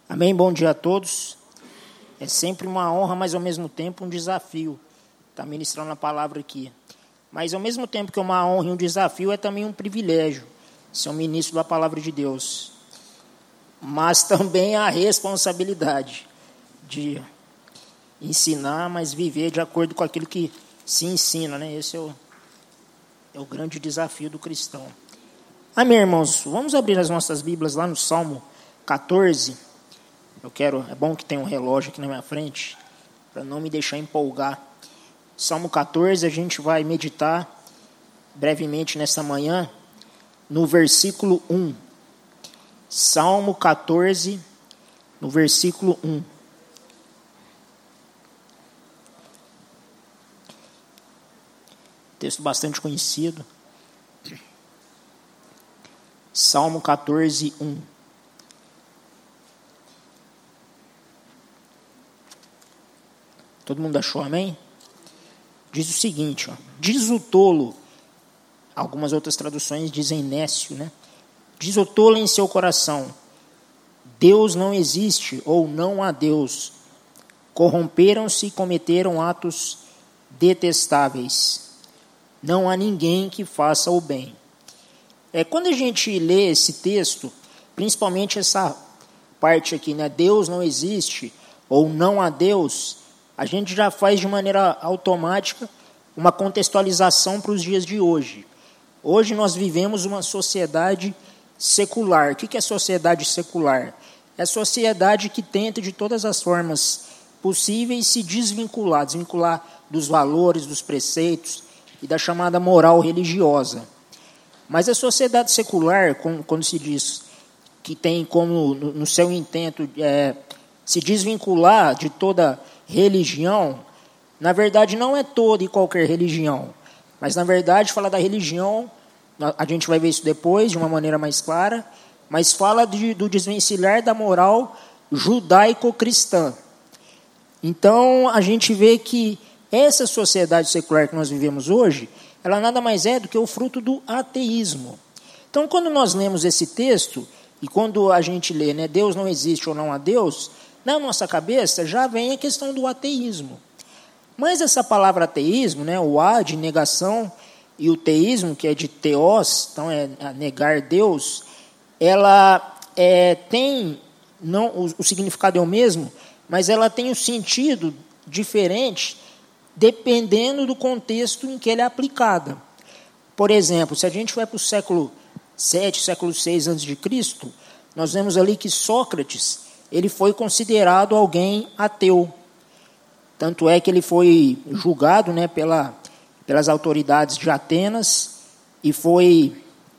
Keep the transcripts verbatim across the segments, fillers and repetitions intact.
Amém? Bom dia a todos. É sempre uma honra, mas ao mesmo tempo um desafio estar ministrando a palavra aqui. Mas ao mesmo tempo que é uma honra e um desafio, é também um privilégio ser um ministro da palavra de Deus. Mas também a responsabilidade de ensinar, mas viver de acordo com aquilo que se ensina, né? Esse é o, é o grande desafio do cristão. Amém, irmãos? Vamos abrir as nossas Bíblias lá no Salmo catorze. Eu quero, é bom que tem um relógio aqui na minha frente, para não me deixar empolgar. Salmo catorze, a gente vai meditar brevemente nessa manhã, no versículo um. Salmo catorze, no versículo um. Texto bastante conhecido. Salmo catorze, um. Todo mundo achou, amém? Diz o seguinte, ó, diz o tolo, algumas outras traduções dizem nécio, né? Diz o tolo em seu coração, Deus não existe ou não há Deus. Corromperam-se e cometeram atos detestáveis. Não há ninguém que faça o bem. É, quando a gente lê esse texto, principalmente essa parte aqui, né? Deus não existe ou não há Deus, a gente já faz de maneira automática uma contextualização para os dias de hoje. Hoje nós vivemos uma sociedade secular. O que é sociedade secular? É a sociedade que tenta de todas as formas possíveis se desvincular, desvincular dos valores, dos preceitos e da chamada moral religiosa. Mas a sociedade secular, quando se diz que tem como no seu intento é, se desvincular de toda religião, na verdade não é toda e qualquer religião, mas na verdade fala da religião, a gente vai ver isso depois de uma maneira mais clara, mas fala de, do desvencilhar da moral judaico-cristã. Então a gente vê que essa sociedade secular que nós vivemos hoje, ela nada mais é do que o fruto do ateísmo. Então quando nós lemos esse texto, e quando a gente lê, né, Deus não existe ou não há Deus, na nossa cabeça já vem a questão do ateísmo. Mas essa palavra ateísmo, né, o A de negação e o teísmo, que é de teos, então é negar Deus, ela é, tem, não, o, o significado é o mesmo, mas ela tem um sentido diferente dependendo do contexto em que ela é aplicada. Por exemplo, se a gente vai para o século sete, século seis antes de Cristo, nós vemos ali que Sócrates ele foi considerado alguém ateu. Tanto é que ele foi julgado, né, pela, pelas autoridades de Atenas e foi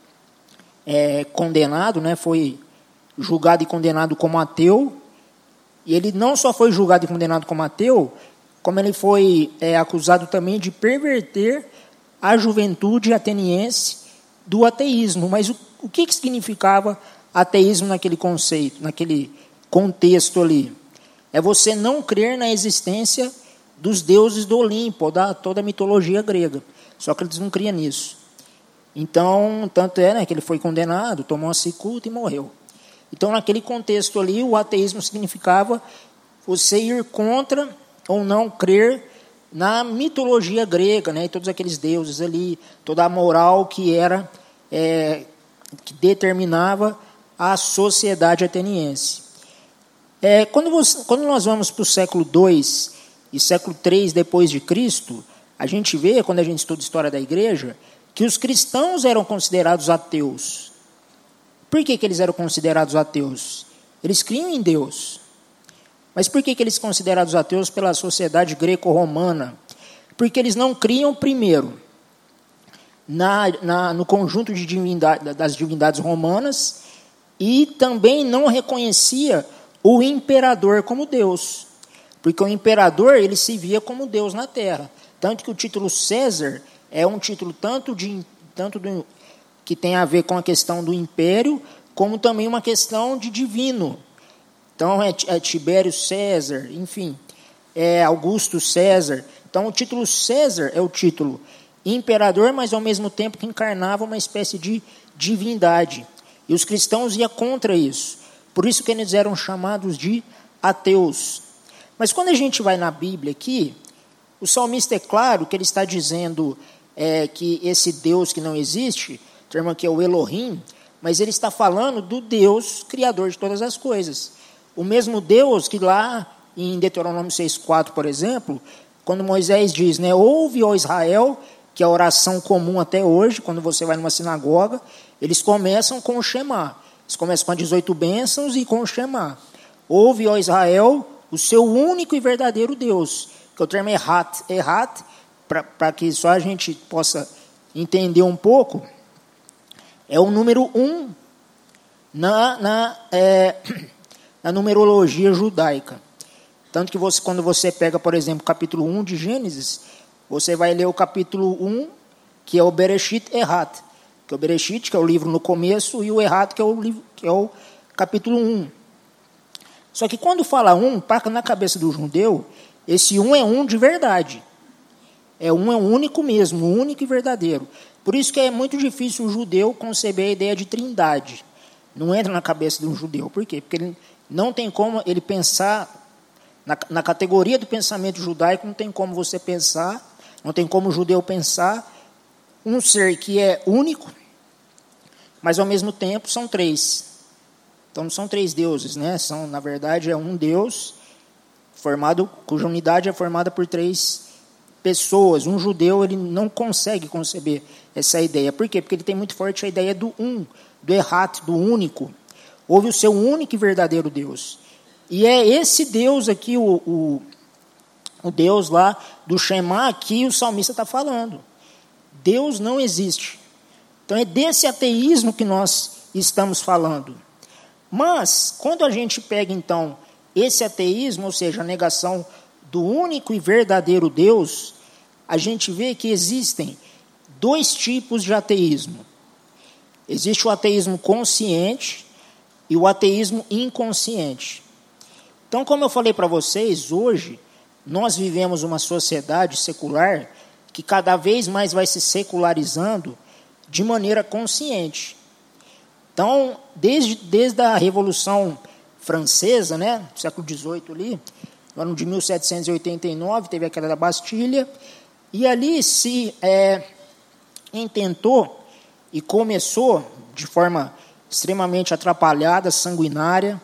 é, condenado, né, foi julgado e condenado como ateu. E ele não só foi julgado e condenado como ateu, como ele foi é, acusado também de perverter a juventude ateniense do ateísmo. Mas o, o que, que significava ateísmo naquele conceito, naquele contexto ali? É você não crer na existência dos deuses do Olimpo, ou da toda a mitologia grega. Só que eles não criam nisso. Então, tanto é, né, que ele foi condenado, tomou uma cicuta e morreu. Então, naquele contexto ali, o ateísmo significava você ir contra ou não crer na mitologia grega, né, e todos aqueles deuses ali, toda a moral que era, é, que determinava a sociedade ateniense. É, quando, você, quando nós vamos para o século dois e século três depois de Cristo, a gente vê, quando a gente estuda a história da igreja, que os cristãos eram considerados ateus. Por que, que eles eram considerados ateus? Eles criam em Deus. Mas por que, que eles são considerados ateus pela sociedade greco-romana? Porque eles não criam, primeiro, na, na, no conjunto de divindade, das divindades romanas, e também não reconhecia o imperador como Deus, porque o imperador ele se via como Deus na terra, tanto que o título César é um título tanto, de, tanto do, que tem a ver com a questão do império, como também uma questão de divino. Então é, é Tibério César, enfim, é Augusto César. Então o título César é o título imperador, mas ao mesmo tempo que encarnava uma espécie de divindade. E os cristãos iam contra isso. Por isso que eles eram chamados de ateus. Mas quando a gente vai na Bíblia aqui, o salmista é claro que ele está dizendo é, que esse Deus que não existe, o termo aqui é o Elohim, mas ele está falando do Deus criador de todas as coisas. O mesmo Deus que lá em Deuteronômio seis, quatro, por exemplo, quando Moisés diz, né, ouve, ó Israel, que é a oração comum até hoje, quando você vai numa sinagoga, eles começam com o Shema. Eles começam com as dezoito bênçãos e com o Shema. Ouve, ó Israel, o seu único e verdadeiro Deus, que é o termo errat, errat, para que só a gente possa entender um pouco, é o número um na, na, é, na numerologia judaica. Tanto que você, quando você pega, por exemplo, o capítulo um de Gênesis, você vai ler o capítulo um, que é o Bereshit Errat, que é o Bereshit, que é o livro no começo, e o Errat, que é o, livro, que é o capítulo um. Só que quando fala um, para na cabeça do judeu, esse um é um de verdade. É um, é único mesmo, único e verdadeiro. Por isso que é muito difícil o judeu conceber a ideia de trindade. Não entra na cabeça de um judeu. Por quê? Porque ele não tem como ele pensar, na, na categoria do pensamento judaico, não tem como você pensar, não tem como o judeu pensar um ser que é único, mas ao mesmo tempo são três. Então não são três deuses, né? São, na verdade, é um Deus formado, cuja unidade é formada por três pessoas. Um judeu ele não consegue conceber essa ideia. Por quê? Porque ele tem muito forte a ideia do um, do errat, do único. Houve o seu único e verdadeiro Deus. E é esse Deus aqui, o, o, o Deus lá do Shema, que o salmista está falando. Deus não existe. Então é desse ateísmo que nós estamos falando. Mas, quando a gente pega, então, esse ateísmo, ou seja, a negação do único e verdadeiro Deus, a gente vê que existem dois tipos de ateísmo. Existe o ateísmo consciente e o ateísmo inconsciente. Então, como eu falei para vocês, hoje nós vivemos uma sociedade secular que cada vez mais vai se secularizando de maneira consciente. Então, desde, desde a Revolução Francesa, né, século dezoito ali, no ano de mil setecentos e oitenta e nove, teve a queda da Bastilha, e ali se é, intentou e começou de forma extremamente atrapalhada, sanguinária,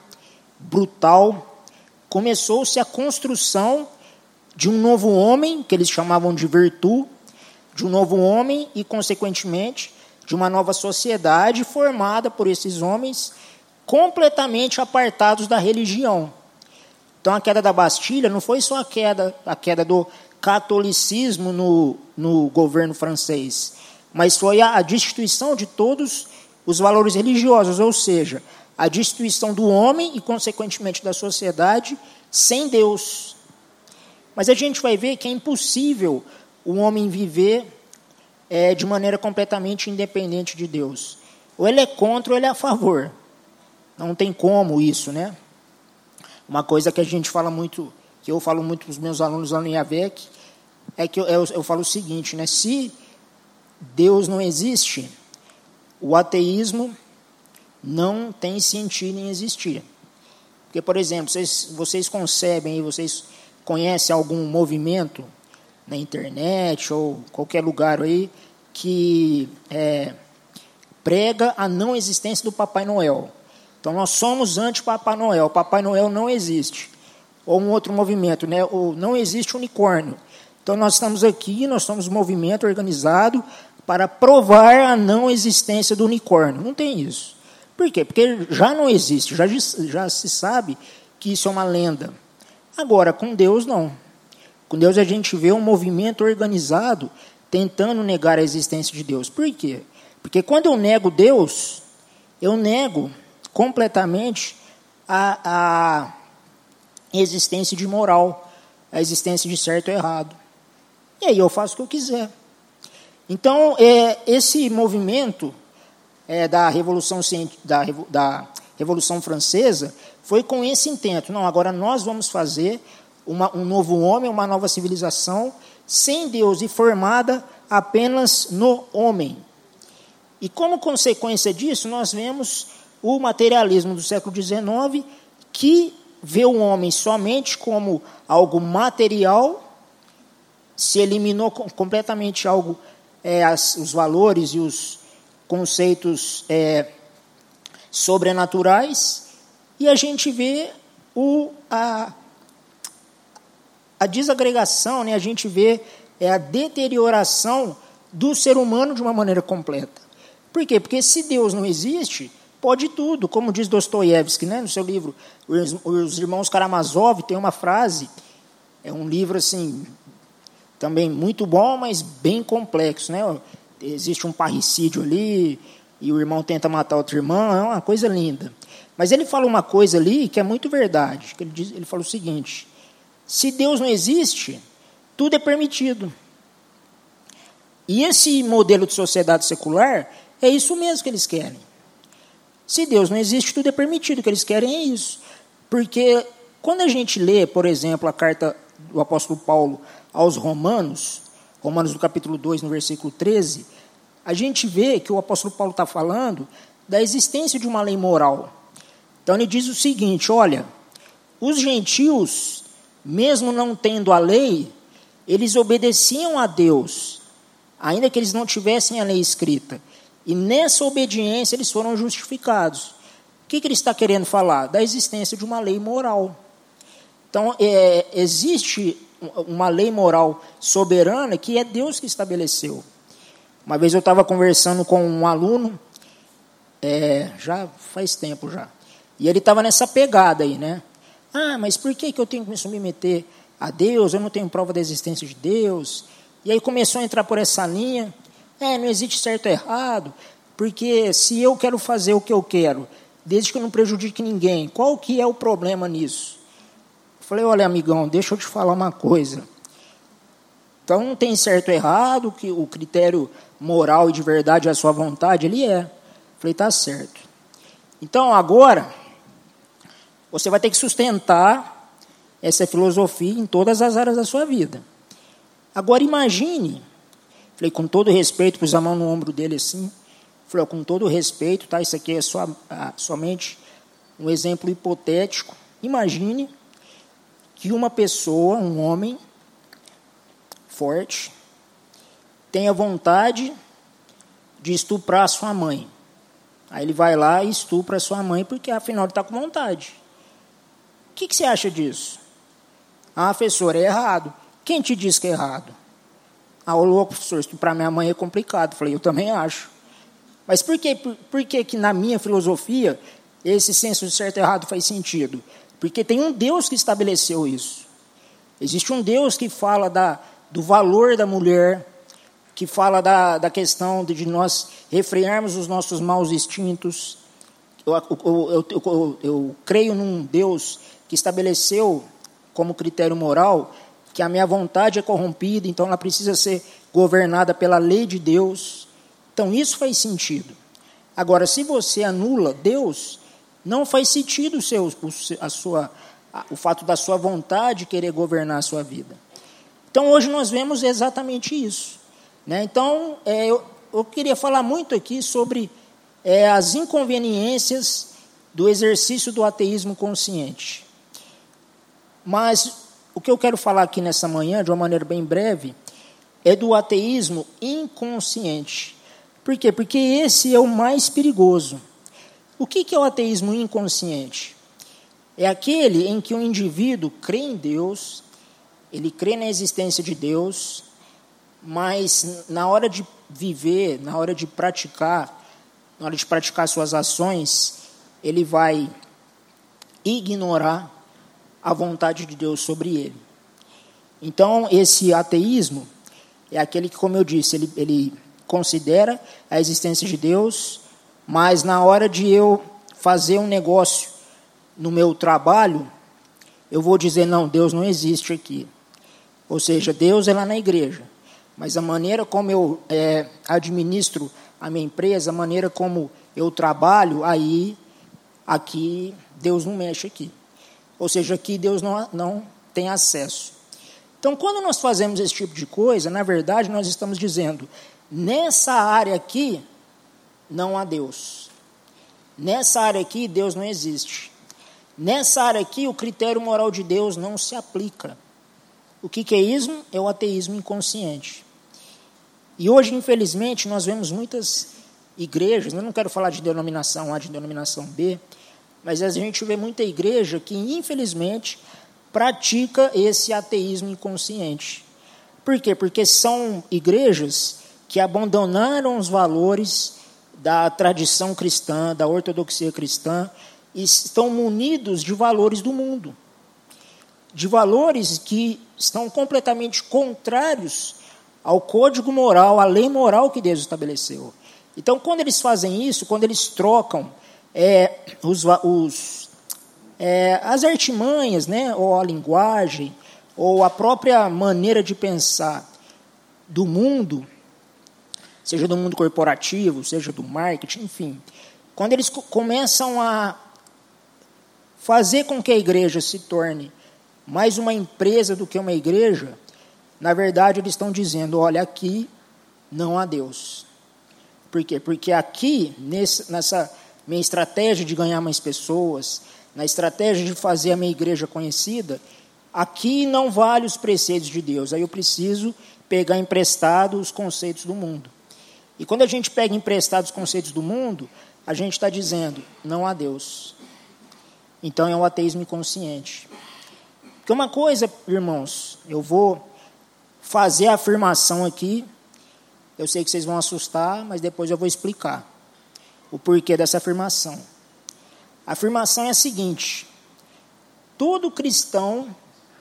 brutal, começou-se a construção de um novo homem, que eles chamavam de virtude, de um novo homem e, consequentemente, de uma nova sociedade formada por esses homens completamente apartados da religião. Então, a queda da Bastilha não foi só a queda, a queda do catolicismo no, no governo francês, mas foi a, a destituição de todos os valores religiosos, ou seja, a destituição do homem e, consequentemente, da sociedade sem Deus. Mas a gente vai ver que é impossível o homem viver é, de maneira completamente independente de Deus. Ou ele é contra ou ele é a favor. Não tem como isso, né? Uma coisa que a gente fala muito, que eu falo muito para os meus alunos lá no I A V E C, é que eu, eu, eu falo o seguinte, né? Se Deus não existe, o ateísmo não tem sentido em existir. Porque, por exemplo, vocês, vocês concebem, vocês conhecem algum movimento na internet ou qualquer lugar aí que é, prega a não existência do Papai Noel. Então, nós somos anti-Papai Noel. Papai Noel não existe. Ou um outro movimento, né? Ou não existe unicórnio. Então, nós estamos aqui, nós somos um movimento organizado para provar a não existência do unicórnio. Não tem isso. Por quê? Porque já não existe, já, já se sabe que isso é uma lenda. Agora, com Deus, não. Com Deus, a gente vê um movimento organizado tentando negar a existência de Deus. Por quê? Porque quando eu nego Deus, eu nego completamente a, a existência de moral, a existência de certo ou errado. E aí eu faço o que eu quiser. Então, é, esse movimento é, da, Revolução, da, da Revolução Francesa foi com esse intento. Não, agora nós vamos fazer uma, um novo homem, uma nova civilização, sem Deus e formada apenas no homem. E como consequência disso, nós vemos o materialismo do século dezenove, que vê o homem somente como algo material, se eliminou completamente algo, é, as, os valores e os conceitos é, sobrenaturais, e a gente vê o, a, a desagregação, né? A gente vê é, a deterioração do ser humano de uma maneira completa. Por quê? Porque se Deus não existe, pode tudo, como diz Dostoiévski, né, no seu livro, os, os Irmãos Karamazov, tem uma frase, é um livro assim, também muito bom, mas bem complexo, né? Existe um parricídio ali, e o irmão tenta matar outro irmão, é uma coisa linda. Mas ele fala uma coisa ali que é muito verdade, que ele, diz, ele fala o seguinte: se Deus não existe, tudo é permitido. E esse modelo de sociedade secular, é isso mesmo que eles querem. Se Deus não existe, tudo é permitido. O que eles querem é isso. Porque quando a gente lê, por exemplo, a carta do apóstolo Paulo aos Romanos, Romanos do capítulo dois, no versículo treze, a gente vê que o apóstolo Paulo está falando da existência de uma lei moral. Então ele diz o seguinte: olha, os gentios, mesmo não tendo a lei, eles obedeciam a Deus, ainda que eles não tivessem a lei escrita. E nessa obediência eles foram justificados. O que, que ele está querendo falar? Da existência de uma lei moral. Então, é, existe uma lei moral soberana que é Deus que estabeleceu. Uma vez eu estava conversando com um aluno, é, já faz tempo já, e ele estava nessa pegada aí, né? Ah, mas por que, que eu tenho que me submeter a Deus? Eu não tenho prova da existência de Deus. E aí começou a entrar por essa linha. É, não existe certo ou errado, porque se eu quero fazer o que eu quero, desde que eu não prejudique ninguém, qual que é o problema nisso? Eu falei: olha, amigão, deixa eu te falar uma coisa. Então, não tem certo ou errado, que o critério moral e de verdade é a sua vontade, ele é. Eu falei: tá certo. Então, agora, você vai ter que sustentar essa filosofia em todas as áreas da sua vida. Agora, imagine... Falei, com todo respeito, pus a mão no ombro dele assim. Falei, com todo respeito, tá? Isso aqui é só, ah, somente um exemplo hipotético. Imagine que uma pessoa, um homem forte, tenha vontade de estuprar a sua mãe. Aí ele vai lá e estupra a sua mãe, porque afinal ele está com vontade. O que, que você acha disso? Ah, professor, é errado. Quem te diz que é errado? Ah, ô louco, professor, isso para minha mãe é complicado. Falei, eu também acho. Mas por que, por, por que que na minha filosofia esse senso de certo e errado faz sentido? Porque tem um Deus que estabeleceu isso. Existe um Deus que fala da, do valor da mulher, que fala da, da questão de, de nós refrearmos os nossos maus instintos. Eu, eu, eu, eu, eu creio num Deus que estabeleceu como critério moral que a minha vontade é corrompida, então ela precisa ser governada pela lei de Deus. Então isso faz sentido. Agora, se você anula Deus, não faz sentido o, seu, a sua, o fato da sua vontade querer governar a sua vida. Então hoje nós vemos exatamente isso, né? Então é, eu, eu queria falar muito aqui sobre é, as inconveniências do exercício do ateísmo consciente. Mas o que eu quero falar aqui nessa manhã, de uma maneira bem breve, é do ateísmo inconsciente. Por quê? Porque esse é o mais perigoso. O que é o ateísmo inconsciente? É aquele em que o indivíduo crê em Deus, ele crê na existência de Deus, mas na hora de viver, na hora de praticar, na hora de praticar suas ações, ele vai ignorar a vontade de Deus sobre ele. Então, esse ateísmo é aquele que, como eu disse, ele, ele considera a existência de Deus, mas na hora de eu fazer um negócio no meu trabalho, eu vou dizer, não, Deus não existe aqui. Ou seja, Deus é lá na igreja, mas a maneira como eu é, administro a minha empresa, a maneira como eu trabalho, aí, aqui, Deus não mexe aqui. Ou seja, aqui Deus não, não tem acesso. Então, quando nós fazemos esse tipo de coisa, na verdade, nós estamos dizendo, nessa área aqui, não há Deus. Nessa área aqui, Deus não existe. Nessa área aqui, o critério moral de Deus não se aplica. O que, que é ismo? É o ateísmo inconsciente. E hoje, infelizmente, nós vemos muitas igrejas, eu não quero falar de denominação A, de denominação B, mas a gente vê muita igreja que, infelizmente, pratica esse ateísmo inconsciente. Por quê? Porque são igrejas que abandonaram os valores da tradição cristã, da ortodoxia cristã, e estão munidos de valores do mundo, de valores que estão completamente contrários ao código moral, à lei moral que Deus estabeleceu. Então, quando eles fazem isso, quando eles trocam é, os, os, é, as artimanhas, né, ou a linguagem, ou a própria maneira de pensar do mundo, seja do mundo corporativo, seja do marketing, enfim, quando eles começam a fazer com que a igreja se torne mais uma empresa do que uma igreja, na verdade, eles estão dizendo, olha, aqui não há Deus. Por quê? Porque aqui, nesse, nessa minha estratégia de ganhar mais pessoas, na estratégia de fazer a minha igreja conhecida, aqui não vale os preceitos de Deus. Aí eu preciso pegar emprestado os conceitos do mundo. E quando a gente pega emprestado os conceitos do mundo, a gente está dizendo, não há Deus. Então é um ateísmo inconsciente. Porque uma coisa, irmãos, eu vou fazer a afirmação aqui, eu sei que vocês vão assustar, mas depois eu vou explicar o porquê dessa afirmação. A afirmação é a seguinte: todo cristão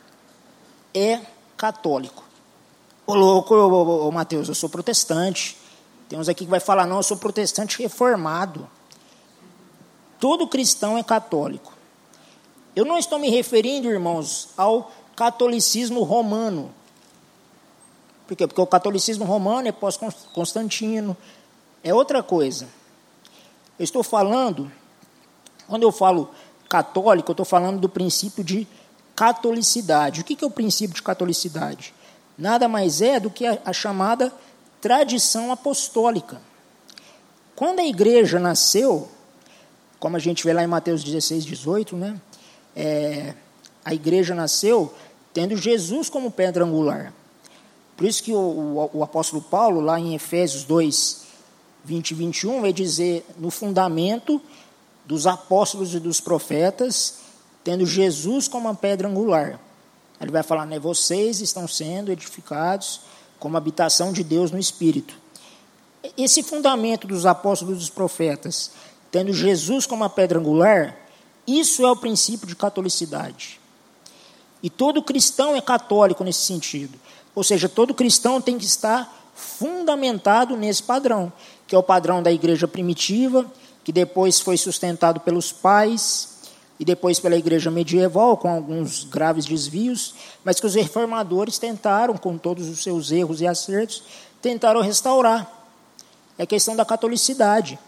é católico. Ô louco, ô, ô, ô, Mateus, eu sou protestante. Tem uns aqui que vai falar, não, eu sou protestante reformado. Todo cristão é católico. Eu não estou me referindo, irmãos, ao catolicismo romano. Por quê? Porque o catolicismo romano é pós-Constantino, é outra coisa. Eu estou falando, quando eu falo católico, eu estou falando do princípio de catolicidade. O que é o princípio de catolicidade? Nada mais é do que a, a chamada tradição apostólica. Quando a igreja nasceu, como a gente vê lá em Mateus dezesseis, dezoito, né? É, a igreja nasceu tendo Jesus como pedra angular. Por isso que o, o, o apóstolo Paulo, lá em Efésios dois, vinte e vinte e um, vai dizer, no fundamento dos apóstolos e dos profetas, tendo Jesus como a pedra angular. Ele vai falar, né, vocês estão sendo edificados como habitação de Deus no Espírito. Esse fundamento dos apóstolos e dos profetas, tendo Jesus como a pedra angular, isso é o princípio de catolicidade. E todo cristão é católico nesse sentido. Ou seja, todo cristão tem que estar fundamentado nesse padrão, que é o padrão da igreja primitiva, que depois foi sustentado pelos pais, e depois pela igreja medieval, com alguns graves desvios, mas que os reformadores tentaram, com todos os seus erros e acertos, tentaram restaurar. É a questão da catolicidade.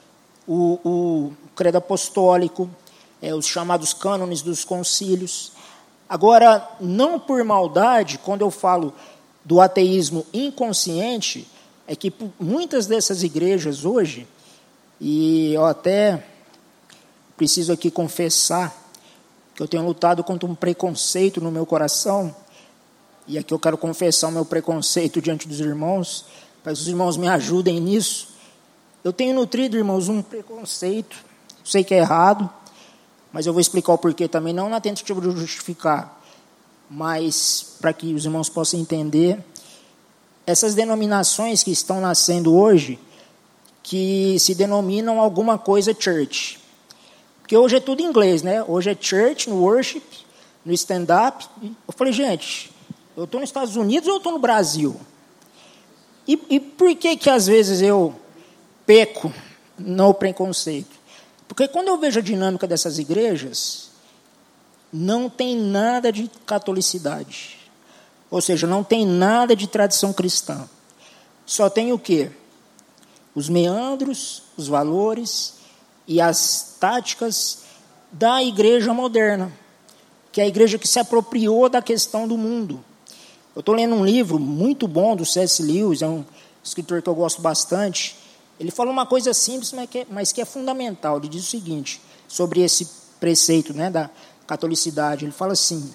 O, o credo apostólico, é, os chamados cânones dos concílios. Agora, não por maldade, quando eu falo do ateísmo inconsciente, é que muitas dessas igrejas hoje, e eu até preciso aqui confessar que eu tenho lutado contra um preconceito no meu coração, e aqui eu quero confessar o meu preconceito diante dos irmãos, para que os irmãos me ajudem nisso. Eu tenho nutrido, irmãos, um preconceito, sei que é errado, mas eu vou explicar o porquê também, não na tentativa de justificar, mas para que os irmãos possam entender. Essas denominações que estão nascendo hoje, que se denominam alguma coisa church. Porque hoje é tudo em inglês, né? Hoje é church, no worship, no stand-up. Eu falei, gente, eu estou nos Estados Unidos ou eu estou no Brasil? E, e por que que às vezes eu peco no preconceito? Porque quando eu vejo a dinâmica dessas igrejas, não tem nada de catolicidade. Ou seja, não tem nada de tradição cristã. Só tem o quê? Os meandros, os valores e as táticas da igreja moderna, que é a igreja que se apropriou da questão do mundo. Eu estou lendo um livro muito bom do C S Lewis, é um escritor que eu gosto bastante. Ele fala uma coisa simples, mas que é, mas que é fundamental. Ele diz o seguinte, sobre esse preceito, né, da catolicidade. Ele fala assim: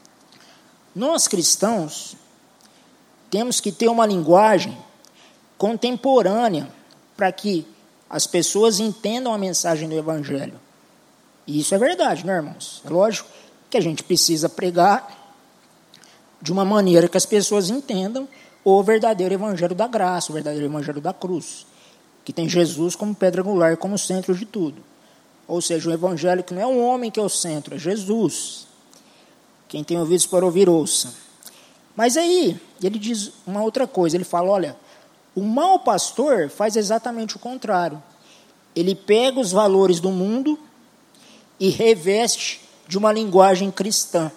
nós cristãos temos que ter uma linguagem contemporânea para que as pessoas entendam a mensagem do Evangelho. E isso é verdade, né, irmãos? É lógico que a gente precisa pregar de uma maneira que as pessoas entendam o verdadeiro Evangelho da graça, o verdadeiro Evangelho da cruz, que tem Jesus como pedra angular, como centro de tudo. Ou seja, um Evangelho que não é um homem que é o centro, é Jesus. Quem tem ouvidos para ouvir, ouça. Mas aí, ele diz uma outra coisa, ele fala, olha, o mau pastor faz exatamente o contrário. Ele pega os valores do mundo e reveste de uma linguagem cristã.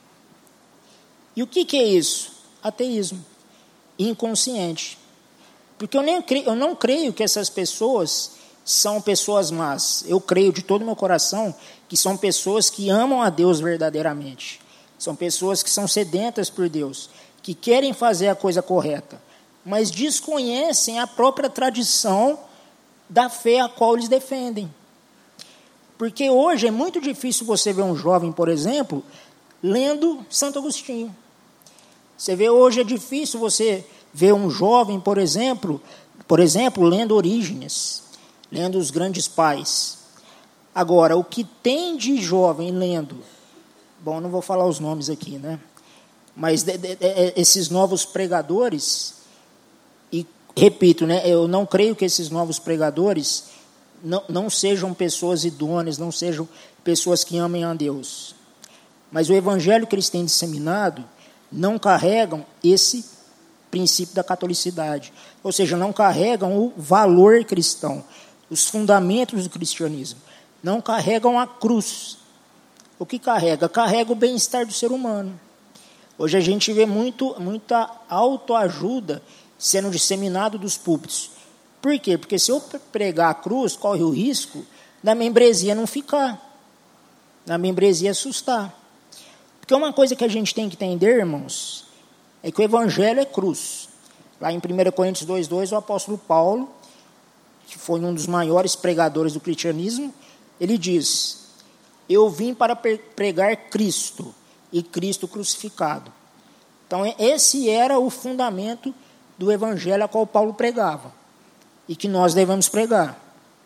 E o que, que é isso? Ateísmo. Inconsciente. Porque eu, nem creio, eu não creio que essas pessoas são pessoas más. Eu creio de todo o meu coração que são pessoas que amam a Deus verdadeiramente. São pessoas que são sedentas por Deus, que querem fazer a coisa correta, mas desconhecem a própria tradição da fé a qual eles defendem. Porque hoje é muito difícil você ver um jovem, por exemplo, lendo Santo Agostinho. Você vê hoje é difícil você ver um jovem, por exemplo, por exemplo, lendo Orígenes, lendo os grandes pais. Agora, o que tem de jovem lendo, bom, não vou falar os nomes aqui, né? Mas de, de, de, esses novos pregadores, e repito, né, eu não creio que esses novos pregadores não, não sejam pessoas idôneas, não sejam pessoas que amem a Deus. Mas o evangelho que eles têm disseminado não carregam esse princípio da catolicidade. Ou seja, não carregam o valor cristão, os fundamentos do cristianismo. Não carregam a cruz. O que carrega? Carrega o bem-estar do ser humano. Hoje a gente vê muito, muita autoajuda sendo disseminado dos púlpitos. Por quê? Porque se eu pregar a cruz, corre o risco da membresia não ficar, da membresia assustar. Porque uma coisa que a gente tem que entender, irmãos, é que o evangelho é cruz. Lá em primeira Coríntios dois, dois, o apóstolo Paulo, que foi um dos maiores pregadores do cristianismo, ele diz: eu vim para pregar Cristo e Cristo crucificado. Então, esse era o fundamento do evangelho a qual Paulo pregava e que nós devemos pregar.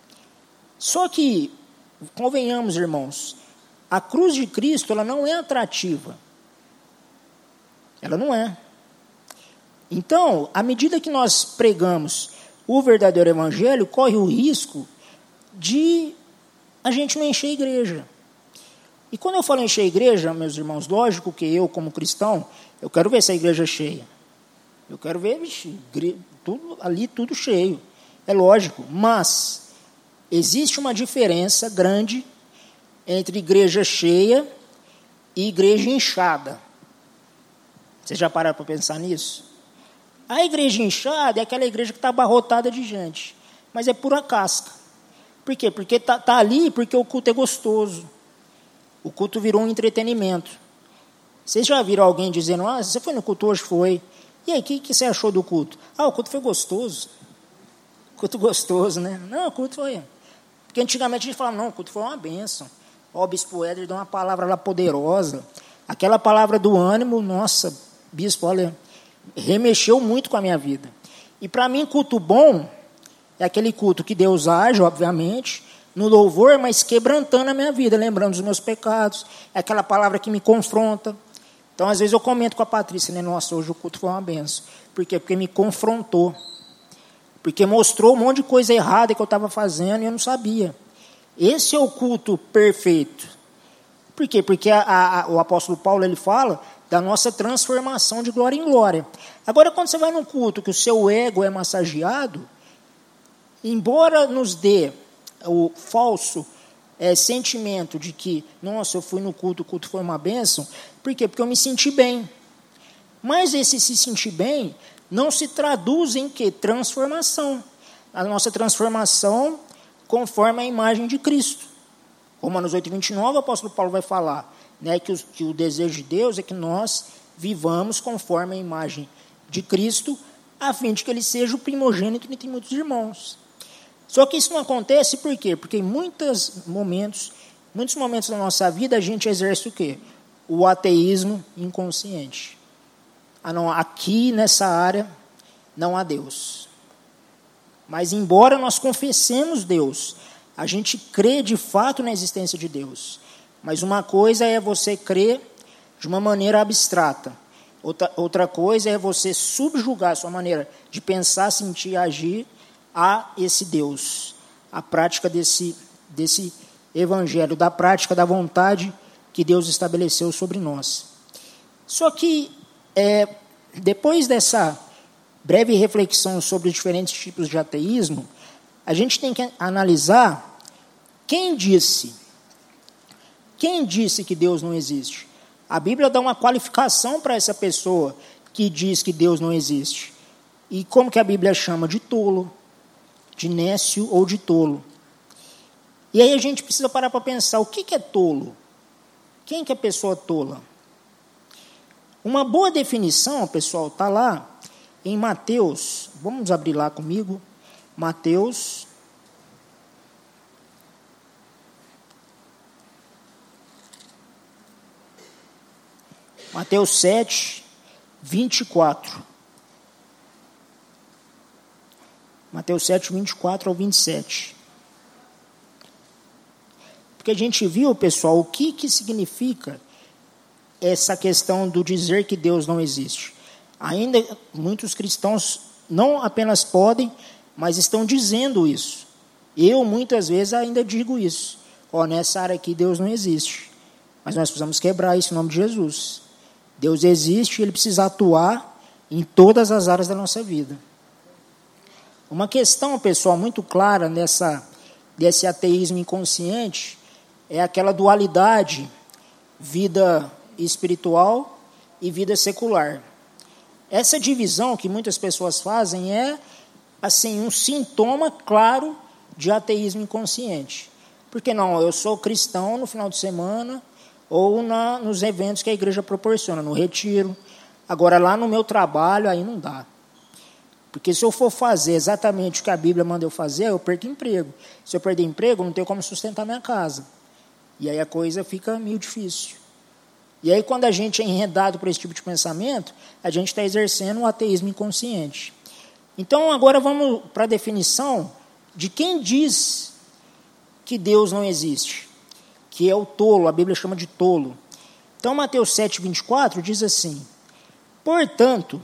Só que, convenhamos, irmãos, a cruz de Cristo ela não é atrativa. Ela não é. Então, à medida que nós pregamos o verdadeiro evangelho, corre o risco de a gente não encher a igreja. E quando eu falo encher a igreja, meus irmãos, lógico que eu, como cristão, eu quero ver essa igreja cheia. Eu quero ver vixe, tudo, ali tudo cheio. É lógico, mas existe uma diferença grande entre igreja cheia e igreja inchada. Vocês já pararam para pensar nisso? A igreja inchada é aquela igreja que está abarrotada de gente, mas é pura casca. Por quê? Porque está tá ali porque o culto é gostoso. O culto virou um entretenimento. Vocês já viram alguém dizendo: ah, você foi no culto hoje? Foi. E aí, o que, que você achou do culto? Ah, o culto foi gostoso. Culto gostoso, né? Não, o culto foi... Porque antigamente a gente falava: não, o culto foi uma bênção. Ó, o bispo Éder deu uma palavra lá poderosa. Aquela palavra do ânimo, nossa, bispo, olha, remexeu muito com a minha vida. E para mim, culto bom é aquele culto que Deus age, obviamente, no louvor, mas quebrantando a minha vida, lembrando dos meus pecados. É aquela palavra que me confronta. Então, às vezes eu comento com a Patrícia, né? Nossa, hoje o culto foi uma benção. Por quê? Porque me confrontou. Porque mostrou um monte de coisa errada que eu estava fazendo e eu não sabia. Esse é o culto perfeito. Por quê? Porque a, a, o apóstolo Paulo ele fala da nossa transformação de glória em glória. Agora, quando você vai num culto que o seu ego é massageado, embora nos dê o falso é, sentimento de que, nossa, eu fui no culto, o culto foi uma bênção. Por quê? Porque eu me senti bem. Mas esse se sentir bem não se traduz em que? Transformação. A nossa transformação conforme a imagem de Cristo. Romanos oito, vinte e nove, o apóstolo Paulo vai falar, né, que, o, que o desejo de Deus é que nós vivamos conforme a imagem de Cristo, a fim de que ele seja o primogênito entre muitos irmãos. Só que isso não acontece por quê? Porque em muitos momentos, muitos momentos da nossa vida, a gente exerce o quê? O ateísmo inconsciente. Ah, não, aqui nessa área não há Deus. Mas embora nós confessemos Deus, a gente crê de fato na existência de Deus. Mas uma coisa é você crer de uma maneira abstrata. Outra, outra coisa é você subjugar a sua maneira de pensar, sentir, agir a esse Deus. A prática desse, desse evangelho, da prática da vontade que Deus estabeleceu sobre nós. Só que, é, depois dessa breve reflexão sobre os diferentes tipos de ateísmo, a gente tem que analisar quem disse, quem disse que Deus não existe. A Bíblia dá uma qualificação para essa pessoa que diz que Deus não existe. E como que a Bíblia chama? De tolo, de nécio ou de tolo. E aí a gente precisa parar para pensar, o que, que é tolo? Quem que é pessoa tola? Uma boa definição, pessoal, está lá em Mateus, vamos abrir lá comigo, Mateus, Mateus sete, vinte e quatro. Mateus sete, vinte e quatro ao vinte e sete. Porque a gente viu, pessoal, o que, que significa essa questão do dizer que Deus não existe. Ainda muitos cristãos não apenas podem, mas estão dizendo isso. Eu, muitas vezes, ainda digo isso. Ó, nessa área aqui, Deus não existe. Mas nós precisamos quebrar isso em nome de Jesus. Deus existe e Ele precisa atuar em todas as áreas da nossa vida. Uma questão, pessoal, muito clara nessa, desse ateísmo inconsciente é aquela dualidade, vida espiritual e vida secular. Essa divisão que muitas pessoas fazem é, assim, um sintoma claro de ateísmo inconsciente. Porque não, eu sou cristão no final de semana ou na, nos eventos que a igreja proporciona, no retiro. Agora, lá no meu trabalho, aí não dá. Porque se eu for fazer exatamente o que a Bíblia manda eu fazer, eu perco emprego. Se eu perder emprego, eu não tenho como sustentar minha casa. E aí a coisa fica meio difícil. E aí, quando a gente é enredado por esse tipo de pensamento, a gente está exercendo um ateísmo inconsciente. Então, agora vamos para a definição de quem diz que Deus não existe, que é o tolo, a Bíblia chama de tolo. Então, Mateus sete, vinte e quatro diz assim: portanto,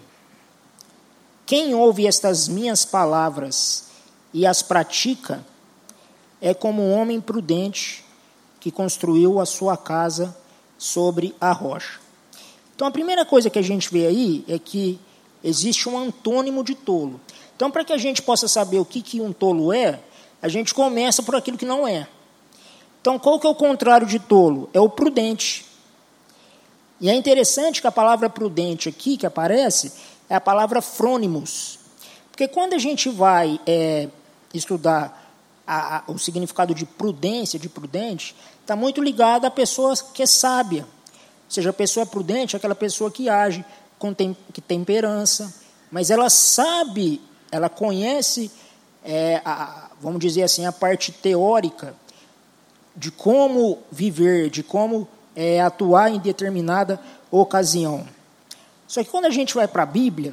quem ouve estas minhas palavras e as pratica é como um homem prudente que construiu a sua casa sobre a rocha. Então, a primeira coisa que a gente vê aí é que existe um antônimo de tolo. Então, para que a gente possa saber o que, que um tolo é, a gente começa por aquilo que não é. Então, qual que é o contrário de tolo? É o prudente. E é interessante que a palavra prudente aqui, que aparece, é a palavra frônimos. Porque quando a gente vai é, estudar a, a, o significado de prudência, de prudente, está muito ligado à pessoa que é sábia. Ou seja, a pessoa prudente é aquela pessoa que age com tem, que temperança, mas ela sabe, ela conhece, é, a, vamos dizer assim, a parte teórica de como viver, de como é, atuar em determinada ocasião. Só que quando a gente vai para a Bíblia,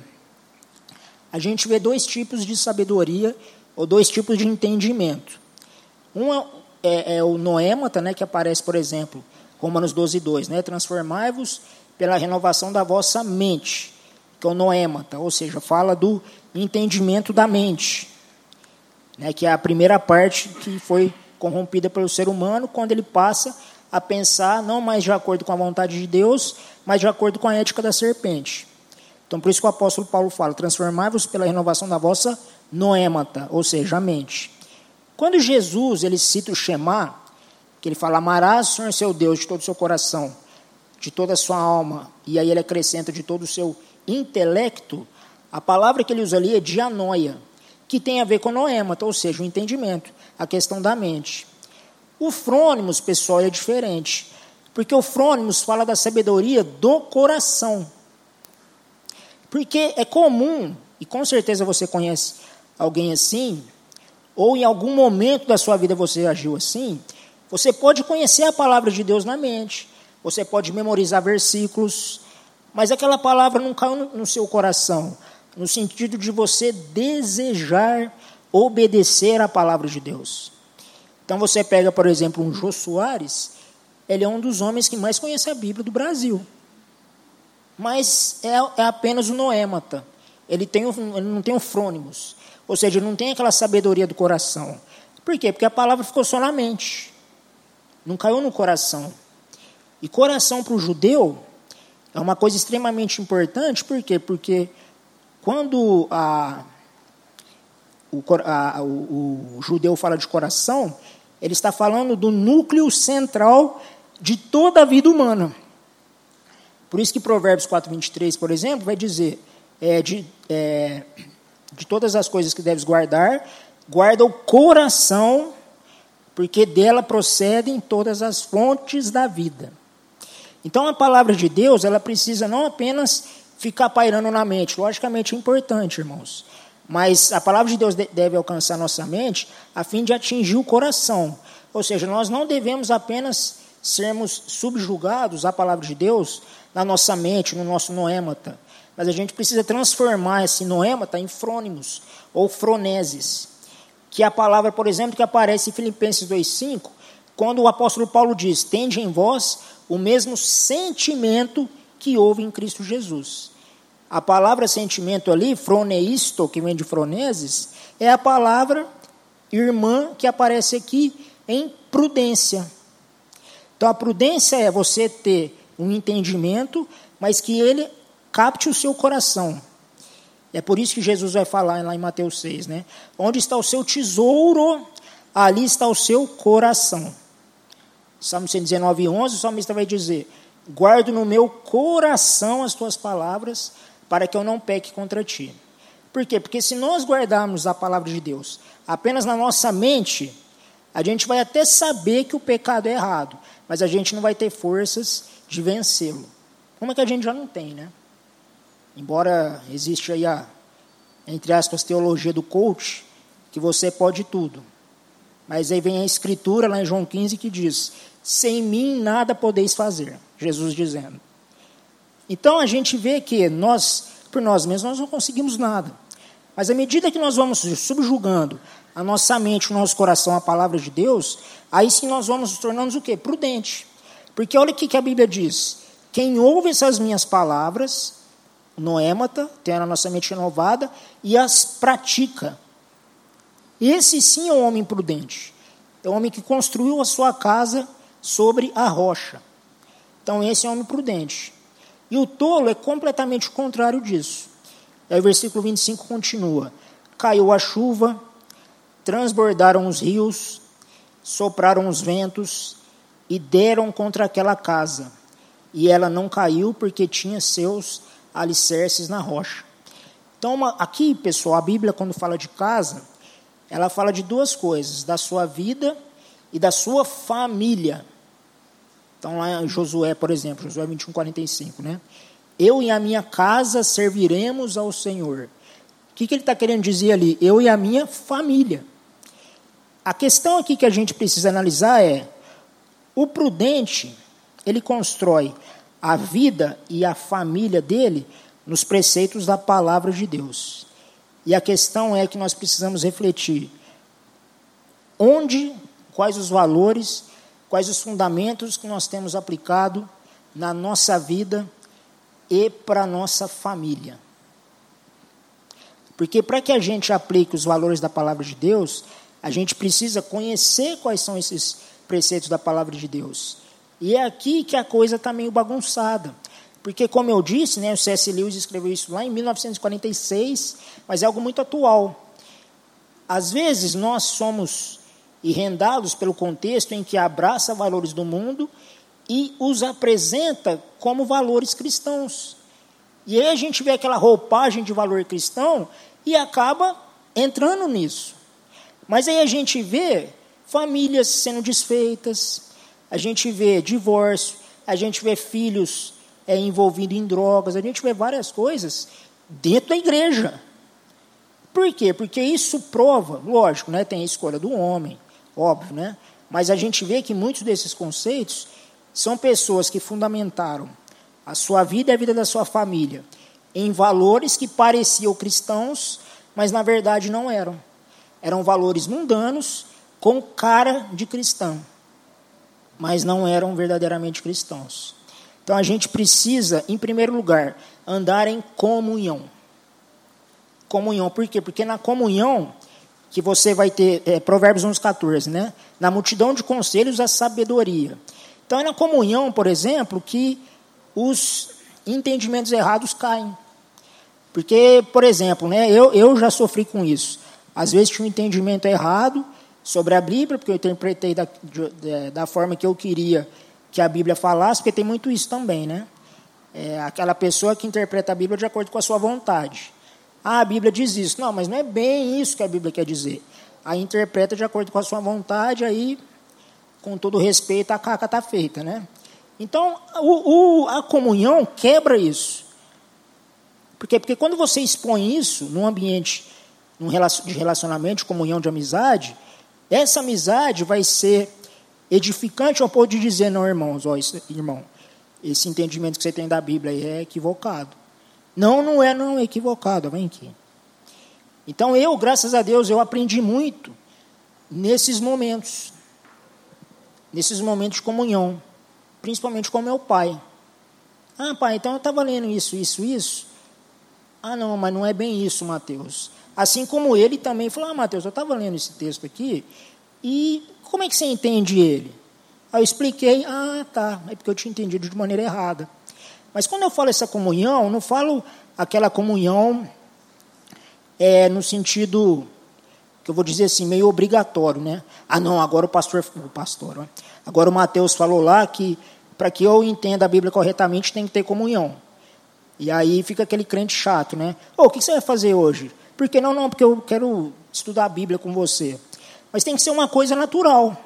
a gente vê dois tipos de sabedoria, ou dois tipos de entendimento. Um é, é o noêmata, né, que aparece, por exemplo, Romanos doze, dois, né, transformai-vos pela renovação da vossa mente, que é o noêmata, ou seja, fala do entendimento da mente, né, que é a primeira parte que foi corrompida pelo ser humano, quando ele passa a pensar não mais de acordo com a vontade de Deus, mas de acordo com a ética da serpente. Então, por isso que o apóstolo Paulo fala, transformai-vos pela renovação da vossa noêmata, ou seja, a mente. Quando Jesus ele cita o Shema, que ele fala, amarás o Senhor seu Deus de todo o seu coração, de toda a sua alma, e aí ele acrescenta de todo o seu intelecto, a palavra que ele usa ali é dianoia, que tem a ver com noêmata, ou seja, o entendimento, a questão da mente. O frônimos, pessoal, é diferente, porque o frônimos fala da sabedoria do coração. Porque é comum, e com certeza você conhece alguém assim, ou em algum momento da sua vida você agiu assim, você pode conhecer a palavra de Deus na mente, você pode memorizar versículos, mas aquela palavra não caiu no, no seu coração, no sentido de você desejar obedecer à palavra de Deus. Então você pega, por exemplo, um Jô Soares, ele é um dos homens que mais conhece a Bíblia do Brasil. Mas é, é apenas um noêmata. Ele, tem um, ele não tem um frônimos. Ou seja, ele não tem aquela sabedoria do coração. Por quê? Porque a palavra ficou só na mente. Não caiu no coração. E coração para o judeu é uma coisa extremamente importante. Por quê? Porque quando a, o, a, o, o judeu fala de coração, ele está falando do núcleo central de toda a vida humana. Por isso que Provérbios quatro, vinte e três, por exemplo, vai dizer, é, de, é, de todas as coisas que deves guardar, guarda o coração, porque dela procedem todas as fontes da vida. Então, a palavra de Deus, ela precisa não apenas ficar pairando na mente. Logicamente é importante, irmãos. Mas a palavra de Deus deve alcançar nossa mente a fim de atingir o coração. Ou seja, nós não devemos apenas sermos subjugados à palavra de Deus na nossa mente, no nosso noêmata. Mas a gente precisa transformar esse noêmata em frônimos, ou froneses. Que é a palavra, por exemplo, que aparece em Filipenses dois, cinco, quando o apóstolo Paulo diz, tende em vós o mesmo sentimento que houve em Cristo Jesus. A palavra sentimento ali, froneisto, que vem de froneses, é a palavra irmã que aparece aqui em prudência. Então, a prudência é você ter um entendimento, mas que ele capte o seu coração. É por isso que Jesus vai falar lá em Mateus seis, né? Onde está o seu tesouro, ali está o seu coração. Salmo cento e dezenove, onze, o salmista vai dizer, guardo no meu coração as tuas palavras, para que eu não peque contra ti. Por quê? Porque se nós guardarmos a palavra de Deus apenas na nossa mente, a gente vai até saber que o pecado é errado, mas a gente não vai ter forças de vencê-lo. Como é que a gente já não tem, né? Embora existe aí a, entre aspas, teologia do coach, que você pode tudo. Mas aí vem a escritura lá em João quinze que diz, sem mim nada podeis fazer, Jesus dizendo. Então a gente vê que nós, por nós mesmos, nós não conseguimos nada. Mas à medida que nós vamos subjugando a nossa mente, o nosso coração, a palavra de Deus, aí sim nós vamos nos tornando o quê? Prudente. Porque olha o que a Bíblia diz. Quem ouve essas minhas palavras, noêmata, tem a nossa mente renovada, e as pratica. Esse sim é um homem prudente. É um homem que construiu a sua casa sobre a rocha. Então esse é um homem prudente. E o tolo é completamente o contrário disso. Aí o versículo vinte e cinco continua. Caiu a chuva, transbordaram os rios, sopraram os ventos e deram contra aquela casa. E ela não caiu porque tinha seus alicerces na rocha. Então, uma, aqui, pessoal, a Bíblia, quando fala de casa, ela fala de duas coisas, da sua vida e da sua família. Então, lá em Josué, por exemplo, Josué vinte e um, quarenta e cinco, né? Eu e a minha casa serviremos ao Senhor. O que, que ele está querendo dizer ali? Eu e a minha família. A questão aqui que a gente precisa analisar é, o prudente, ele constrói a vida e a família dele nos preceitos da palavra de Deus. E a questão é que nós precisamos refletir onde, quais os valores, quais os fundamentos que nós temos aplicado na nossa vida e para a nossa família. Porque para que a gente aplique os valores da palavra de Deus, a gente precisa conhecer quais são esses preceitos da palavra de Deus. E é aqui que a coisa está meio bagunçada. Porque, como eu disse, né, o C S Lewis escreveu isso lá em mil novecentos e quarenta e seis, mas é algo muito atual. Às vezes, nós somos enredados pelo contexto em que abraça valores do mundo e os apresenta como valores cristãos. E aí a gente vê aquela roupagem de valor cristão e acaba entrando nisso. Mas aí a gente vê famílias sendo desfeitas, a gente vê divórcio, a gente vê filhos é, envolvidos em drogas, a gente vê várias coisas dentro da igreja. Por quê? Porque isso prova, lógico, né, tem a escolha do homem, óbvio, né? Mas a gente vê que muitos desses conceitos são pessoas que fundamentaram a sua vida e a vida da sua família em valores que pareciam cristãos, mas na verdade não eram. Eram valores mundanos com cara de cristão, mas não eram verdadeiramente cristãos. Então a gente precisa, em primeiro lugar, andar em comunhão. Comunhão, por quê? Porque na comunhão que você vai ter, é, Provérbios onze, quatorze, né? Na multidão de conselhos, a sabedoria. Então é na comunhão, por exemplo, que os entendimentos errados caem. Porque, por exemplo, né, eu, eu já sofri com isso. Às vezes tinha um entendimento errado sobre a Bíblia, porque eu interpretei da, de, da forma que eu queria que a Bíblia falasse, porque tem muito isso também, né? É aquela pessoa que interpreta a Bíblia de acordo com a sua vontade. Ah, a Bíblia diz isso. Não, mas não é bem isso que a Bíblia quer dizer. Aí interpreta de acordo com a sua vontade, aí, com todo respeito, a caca está feita, né? Então, o, o, a comunhão quebra isso. Por quê? Porque quando você expõe isso num ambiente num de relacionamento, de comunhão, de amizade, essa amizade vai ser edificante ao ponto de dizer, não, irmãos, ó, isso, irmão, esse entendimento que você tem da Bíblia aí é equivocado. Não, não é, não é equivocado, vem aqui. Então eu, graças a Deus, eu aprendi muito nesses momentos, nesses momentos de comunhão, principalmente com meu pai. Ah, pai, então eu estava lendo isso, isso, isso. Ah, não, mas não é bem isso, Mateus. Assim como ele também falou, ah, Mateus, eu estava lendo esse texto aqui, e como é que você entende ele? Aí eu expliquei, ah, tá, é porque eu tinha entendido de maneira errada. Mas quando eu falo essa comunhão, eu não falo aquela comunhão é, no sentido, que eu vou dizer assim, meio obrigatório, né? Ah, não, agora o pastor, o pastor, ó, agora o Mateus falou lá que para que eu entenda a Bíblia corretamente tem que ter comunhão. E aí fica aquele crente chato, né? Ô, oh, o que você vai fazer hoje? Por que não? Não, porque eu quero estudar a Bíblia com você. Mas tem que ser uma coisa natural.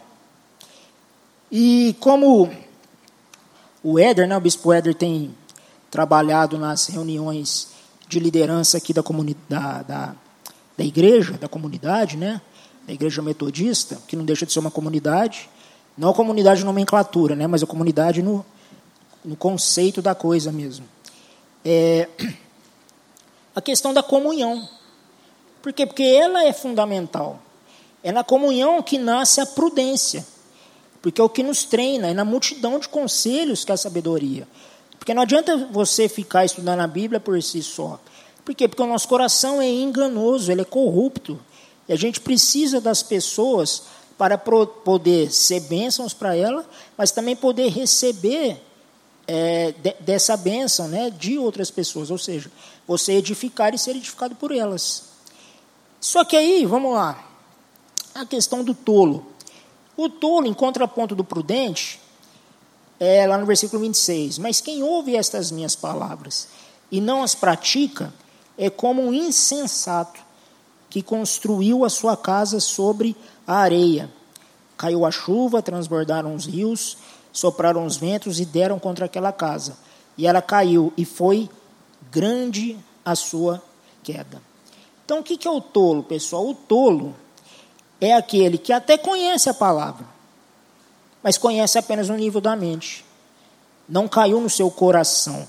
E como o Éder, né, o bispo Éder tem trabalhado nas reuniões de liderança aqui da, da, da, da igreja, da comunidade, né, da igreja metodista, que não deixa de ser uma comunidade, não a comunidade de nomenclatura, né, mas a comunidade no, no conceito da coisa mesmo. É, a questão da comunhão. Por quê? Porque ela é fundamental. É na comunhão que nasce a prudência. Porque é o que nos treina, é na multidão de conselhos que é a sabedoria. Porque não adianta você ficar estudando a Bíblia por si só. Por quê? Porque o nosso coração é enganoso, ele é corrupto. E a gente precisa das pessoas para poder ser bênçãos para ela, mas também poder receber é, de, dessa bênção, né, de outras pessoas. Ou seja, você edificar e ser edificado por elas. Só que aí, vamos lá, a questão do tolo. O tolo, em contraponto do prudente, é lá no versículo vinte e seis, mas quem ouve estas minhas palavras e não as pratica, é como um insensato que construiu a sua casa sobre a areia. Caiu a chuva, transbordaram os rios, sopraram os ventos e deram contra aquela casa. E ela caiu, e foi grande a sua queda. Então, o que é o tolo, pessoal? O tolo é aquele que até conhece a palavra, mas conhece apenas no nível da mente. Não caiu no seu coração.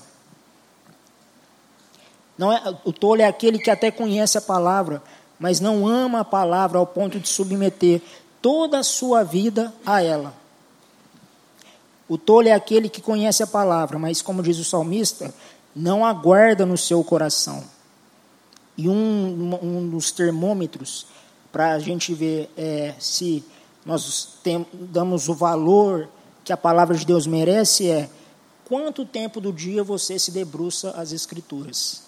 Não é, o tolo é aquele que até conhece a palavra, mas não ama a palavra ao ponto de submeter toda a sua vida a ela. O tolo é aquele que conhece a palavra, mas, como diz o salmista, não aguarda no seu coração. E um, um dos termômetros para a gente ver é, se nós tem, damos o valor que a palavra de Deus merece é quanto tempo do dia você se debruça às Escrituras.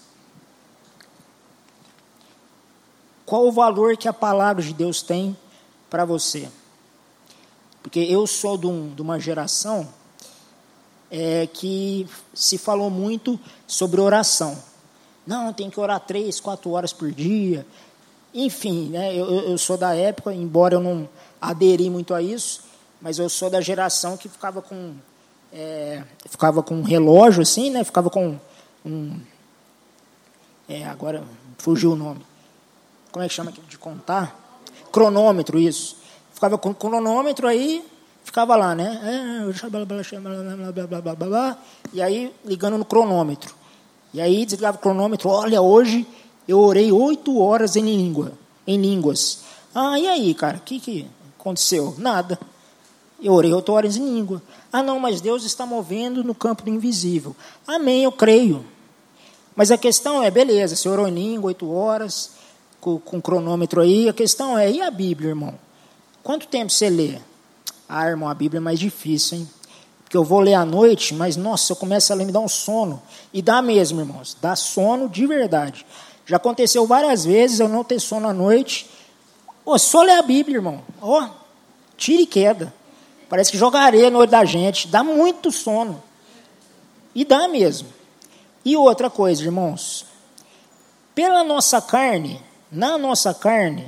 Qual o valor que a palavra de Deus tem para você? Porque eu sou de, um, de uma geração é, que se falou muito sobre oração. Não, tem que orar três, quatro horas por dia. Enfim, né, eu, eu sou da época, embora eu não aderi muito a isso, mas eu sou da geração que ficava com, é, ficava com um relógio assim, né, ficava com um... É, agora fugiu o nome. como é que chama aquilo de contar? Cronômetro, isso. Ficava com cronômetro aí, ficava lá, né? Blá, blá, blá, blá, blá, blá, e aí ligando no cronômetro. E aí desligava o cronômetro, olha, hoje eu orei oito horas em língua, em línguas. Ah, e aí, cara, o que, que aconteceu? Nada. Eu orei oito horas em língua. Ah, não, mas Deus está movendo no campo do invisível. Amém, eu creio. Mas a questão é, beleza, você orou em língua oito horas, com, com cronômetro aí, a questão é, e a Bíblia, irmão? Quanto tempo você lê? Ah, irmão, a Bíblia é mais difícil, hein? Porque eu vou ler à noite, mas, nossa, eu começo a ler, me dá um sono. E dá mesmo, irmãos, dá sono de verdade. Já aconteceu várias vezes eu não ter sono à noite. Oh, só ler a Bíblia, irmão. Ó, oh, tira e queda. Parece que joga areia no olho da gente. Dá muito sono. E dá mesmo. E outra coisa, irmãos. Pela nossa carne, na nossa carne,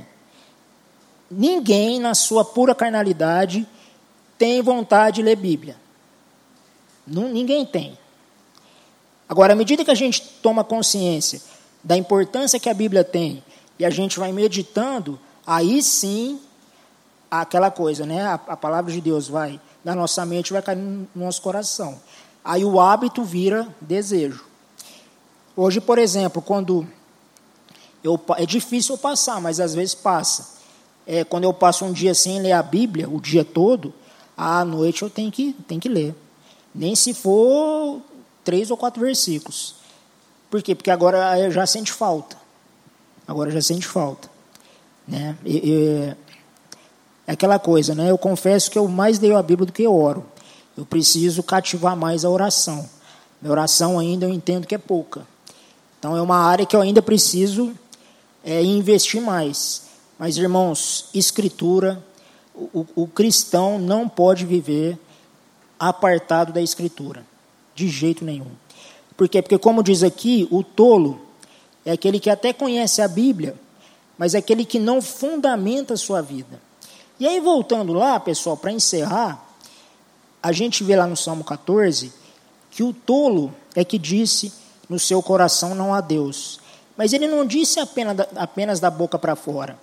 ninguém, na sua pura carnalidade, tem vontade de ler Bíblia. Não, ninguém tem. Agora, à medida que a gente toma consciência da importância que a Bíblia tem, e a gente vai meditando, aí sim, aquela coisa, né? A, a palavra de Deus vai, na nossa mente, vai cair no nosso coração. Aí o hábito vira desejo. Hoje, por exemplo, quando eu, é difícil eu passar, mas às vezes passa. É, quando eu passo um dia sem ler a Bíblia, o dia todo, à noite eu tenho que, tenho que ler. Nem se for três ou quatro versículos. Por quê? Porque agora eu já sente falta. Agora já sente falta. Né? E, e, é aquela coisa, né? Eu confesso que eu mais leio a Bíblia do que eu oro. Eu preciso cativar mais a oração. Minha oração ainda eu entendo que é pouca. Então é uma área que eu ainda preciso é, investir mais. Mas, irmãos, Escritura, o, o, o cristão não pode viver apartado da Escritura. De jeito nenhum. Por quê? Porque, como diz aqui, o tolo é aquele que até conhece a Bíblia, mas é aquele que não fundamenta a sua vida. E aí, voltando lá, pessoal, para encerrar, a gente vê lá no Salmo catorze, que o tolo é que disse no seu coração não há Deus. Mas ele não disse apenas da, apenas da boca para fora.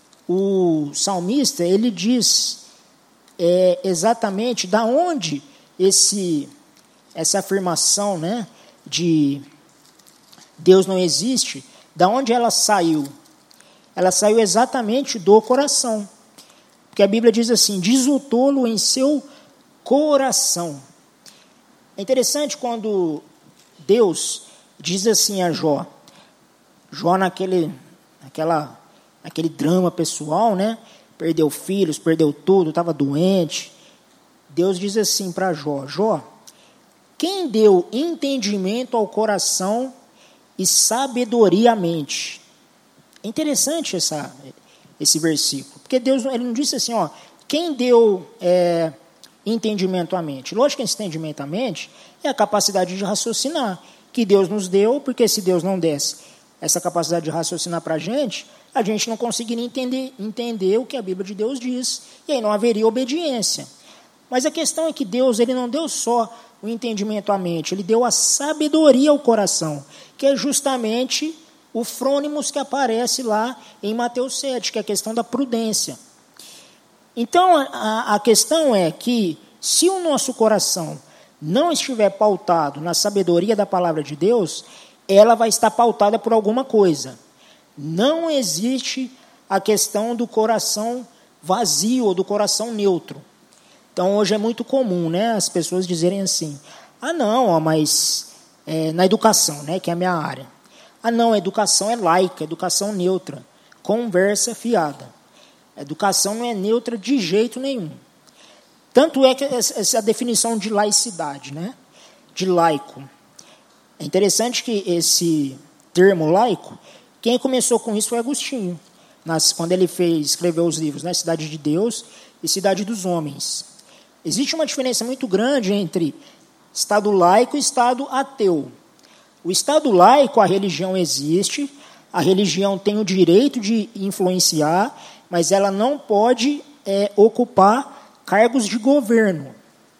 O salmista, ele diz é, exatamente da onde esse, essa afirmação, né, de Deus não existe, da onde ela saiu? Ela saiu exatamente do coração. Porque a Bíblia diz assim, diz o tolo em seu coração. É interessante quando Deus diz assim a Jó, Jó naquele, naquela, naquele drama pessoal, né? Perdeu filhos, perdeu tudo, estava doente. Deus diz assim para Jó, Jó, quem deu entendimento ao coração e sabedoria à mente? É interessante essa, esse versículo, porque Deus ele não disse assim, ó, quem deu é, entendimento à mente? Lógico que esse entendimento à mente é a capacidade de raciocinar, que Deus nos deu, porque se Deus não desse essa capacidade de raciocinar para a gente, a gente não conseguiria entender, entender o que a Bíblia de Deus diz, e aí não haveria obediência. Mas a questão é que Deus ele não deu só o entendimento à mente, ele deu a sabedoria ao coração, que é justamente o frônimos que aparece lá em Mateus sete, que é a questão da prudência. Então, a, a questão é que, se o nosso coração não estiver pautado na sabedoria da palavra de Deus, ela vai estar pautada por alguma coisa. Não existe a questão do coração vazio ou do coração neutro. Então, hoje é muito comum, né, as pessoas dizerem assim, ah, não, ó, mas é, na educação, né, que é a minha área. Ah, não, a educação é laica, educação neutra, conversa fiada. A educação não é neutra de jeito nenhum. Tanto é que essa definição de laicidade, né, de laico. É interessante que esse termo laico, quem começou com isso foi Agostinho, nas, quando ele fez, escreveu os livros, né, Cidade de Deus e Cidade dos Homens. Existe uma diferença muito grande entre Estado laico e Estado ateu. O Estado laico, a religião existe, a religião tem o direito de influenciar, mas ela não pode é, ocupar cargos de governo.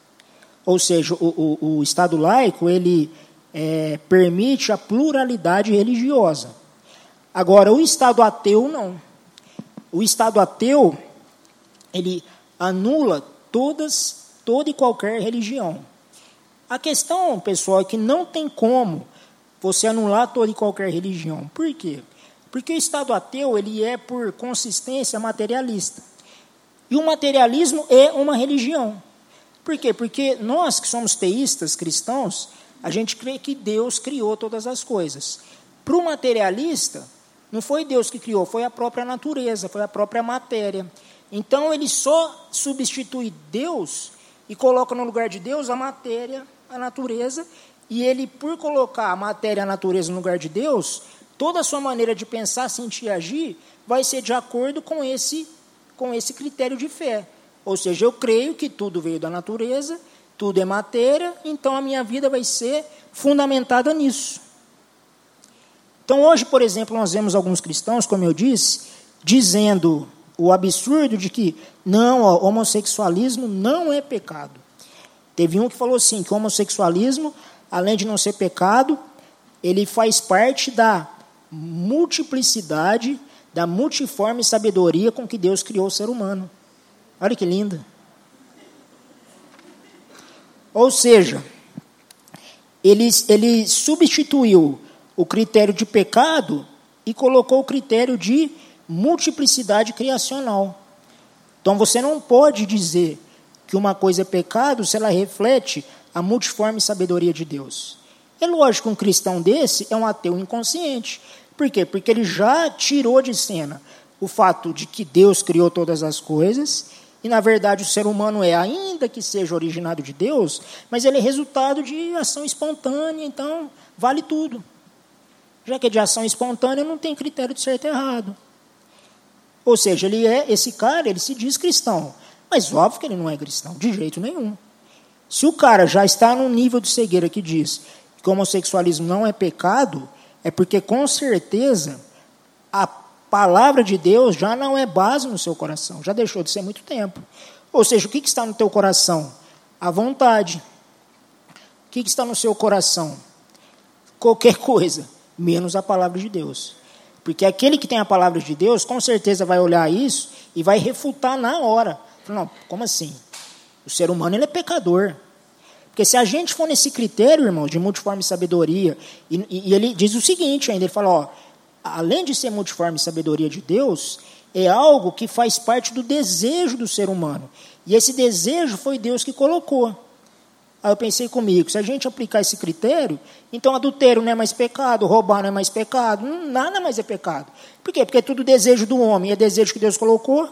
Ou seja, o, o, o Estado laico ele, é, permite a pluralidade religiosa. Agora, o estado ateu, não. O estado ateu, ele anula todas, toda e qualquer religião. A questão, pessoal, é que não tem como você anular toda e qualquer religião. Por quê? Porque o estado ateu, ele é, por consistência, materialista. E o materialismo é uma religião. Por quê? Porque nós que somos teístas, cristãos, a gente crê que Deus criou todas as coisas. Para o materialista, não foi Deus que criou, foi a própria natureza, foi a própria matéria. Então, ele só substitui Deus e coloca no lugar de Deus a matéria, a natureza, e ele, por colocar a matéria e a natureza no lugar de Deus, toda a sua maneira de pensar, sentir e agir vai ser de acordo com esse, com esse critério de fé. Ou seja, eu creio que tudo veio da natureza, tudo é matéria, então a minha vida vai ser fundamentada nisso. Então, hoje, por exemplo, nós vemos alguns cristãos, como eu disse, dizendo o absurdo de que não, o homossexualismo não é pecado. Teve um que falou assim, que o homossexualismo, além de não ser pecado, ele faz parte da multiplicidade, da multiforme sabedoria com que Deus criou o ser humano. Olha que linda. Ou seja, ele, ele substituiu o critério de pecado e colocou o critério de multiplicidade criacional. Então, você não pode dizer que uma coisa é pecado se ela reflete a multiforme sabedoria de Deus. É lógico que um cristão desse é um ateu inconsciente. Por quê? Porque ele já tirou de cena o fato de que Deus criou todas as coisas e, na verdade, o ser humano é, ainda que seja originado de Deus, mas ele é resultado de ação espontânea, então vale tudo. Já que é de ação espontânea, não tem critério de certo e errado. Ou seja, ele é, esse cara, ele se diz cristão, mas óbvio que ele não é cristão, de jeito nenhum. Se o cara já está num nível de cegueira que diz que o homossexualismo não é pecado, é porque, com certeza, a palavra de Deus já não é base no seu coração, já deixou de ser muito tempo. Ou seja, o que está no teu coração? A vontade. O que está no seu coração? Qualquer coisa, menos a palavra de Deus. Porque aquele que tem a palavra de Deus, com certeza vai olhar isso e vai refutar na hora. Não, como assim? O ser humano, ele é pecador. Porque se a gente for nesse critério, irmão, de multiforme sabedoria, e, e ele diz o seguinte ainda, ele fala, ó, além de ser multiforme sabedoria de Deus, é algo que faz parte do desejo do ser humano. E esse desejo foi Deus que colocou. Aí eu pensei comigo, se a gente aplicar esse critério, então adultério não é mais pecado, roubar não é mais pecado, nada mais é pecado. Por quê? Porque é tudo desejo do homem, é desejo que Deus colocou.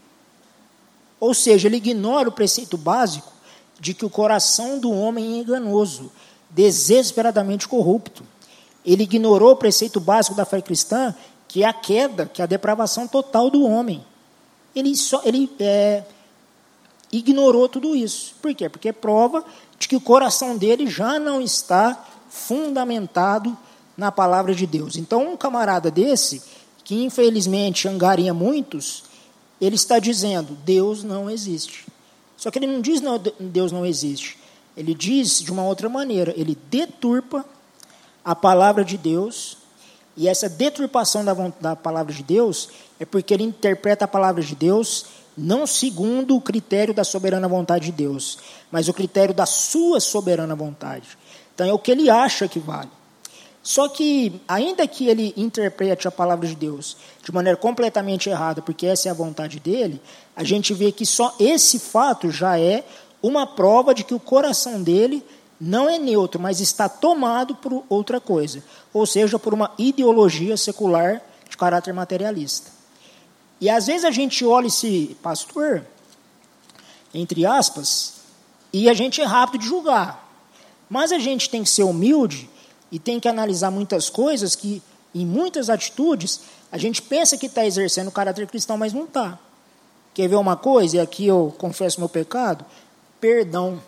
Ou seja, ele ignora o preceito básico de que o coração do homem é enganoso, desesperadamente corrupto. Ele ignorou o preceito básico da fé cristã, que é a queda, que é a depravação total do homem. Ele, só, ele é, ignorou tudo isso. Por quê? Porque é prova de que o coração dele já não está fundamentado na palavra de Deus. Então, um camarada desse, que infelizmente angaria muitos, ele está dizendo, Deus não existe. Só que ele não diz, não, Deus não existe. Ele diz de uma outra maneira, ele deturpa a palavra de Deus, e essa deturpação da, da palavra de Deus é porque ele interpreta a palavra de Deus não segundo o critério da soberana vontade de Deus, mas o critério da sua soberana vontade. Então é o que ele acha que vale. Só que, ainda que ele interprete a palavra de Deus de maneira completamente errada, porque essa é a vontade dele, a gente vê que só esse fato já é uma prova de que o coração dele não é neutro, mas está tomado por outra coisa, ou seja, por uma ideologia secular de caráter materialista. E às vezes a gente olha esse pastor, entre aspas, e a gente é rápido de julgar. Mas a gente tem que ser humilde e tem que analisar muitas coisas que, em muitas atitudes, a gente pensa que está exercendo o caráter cristão, mas não está. Quer ver uma coisa? E aqui eu confesso meu pecado. Perdão.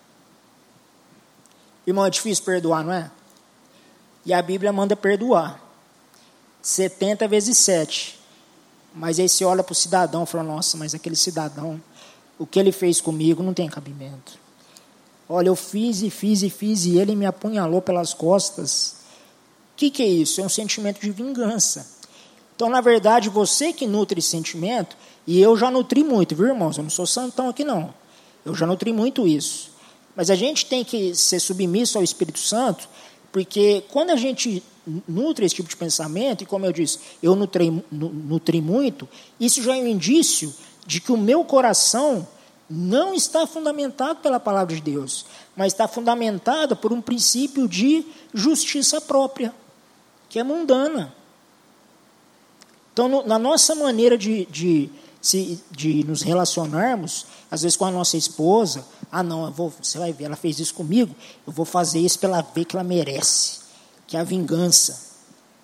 Irmão, é difícil perdoar, não é? E a Bíblia manda perdoar. setenta vezes sete. Mas aí você olha para o cidadão e fala, nossa, mas aquele cidadão, o que ele fez comigo não tem cabimento. Olha, eu fiz e fiz e fiz, e ele me apunhalou pelas costas. que, que é isso? É um sentimento de vingança. Então, na verdade, você que nutre esse sentimento, e eu já nutri muito, viu, irmãos? Eu não sou santão aqui, não. Eu já nutri muito isso. Mas a gente tem que ser submisso ao Espírito Santo, porque quando a gente nutre esse tipo de pensamento, e como eu disse, eu nutri, nutri muito, isso já é um indício de que o meu coração não está fundamentado pela palavra de Deus, mas está fundamentado por um princípio de justiça própria, que é mundana. Então, no, na nossa maneira de, de, de, de nos relacionarmos, às vezes com a nossa esposa, ah, não, eu vou, você vai ver, ela fez isso comigo, eu vou fazer isso para ela ver que ela merece, que é a vingança.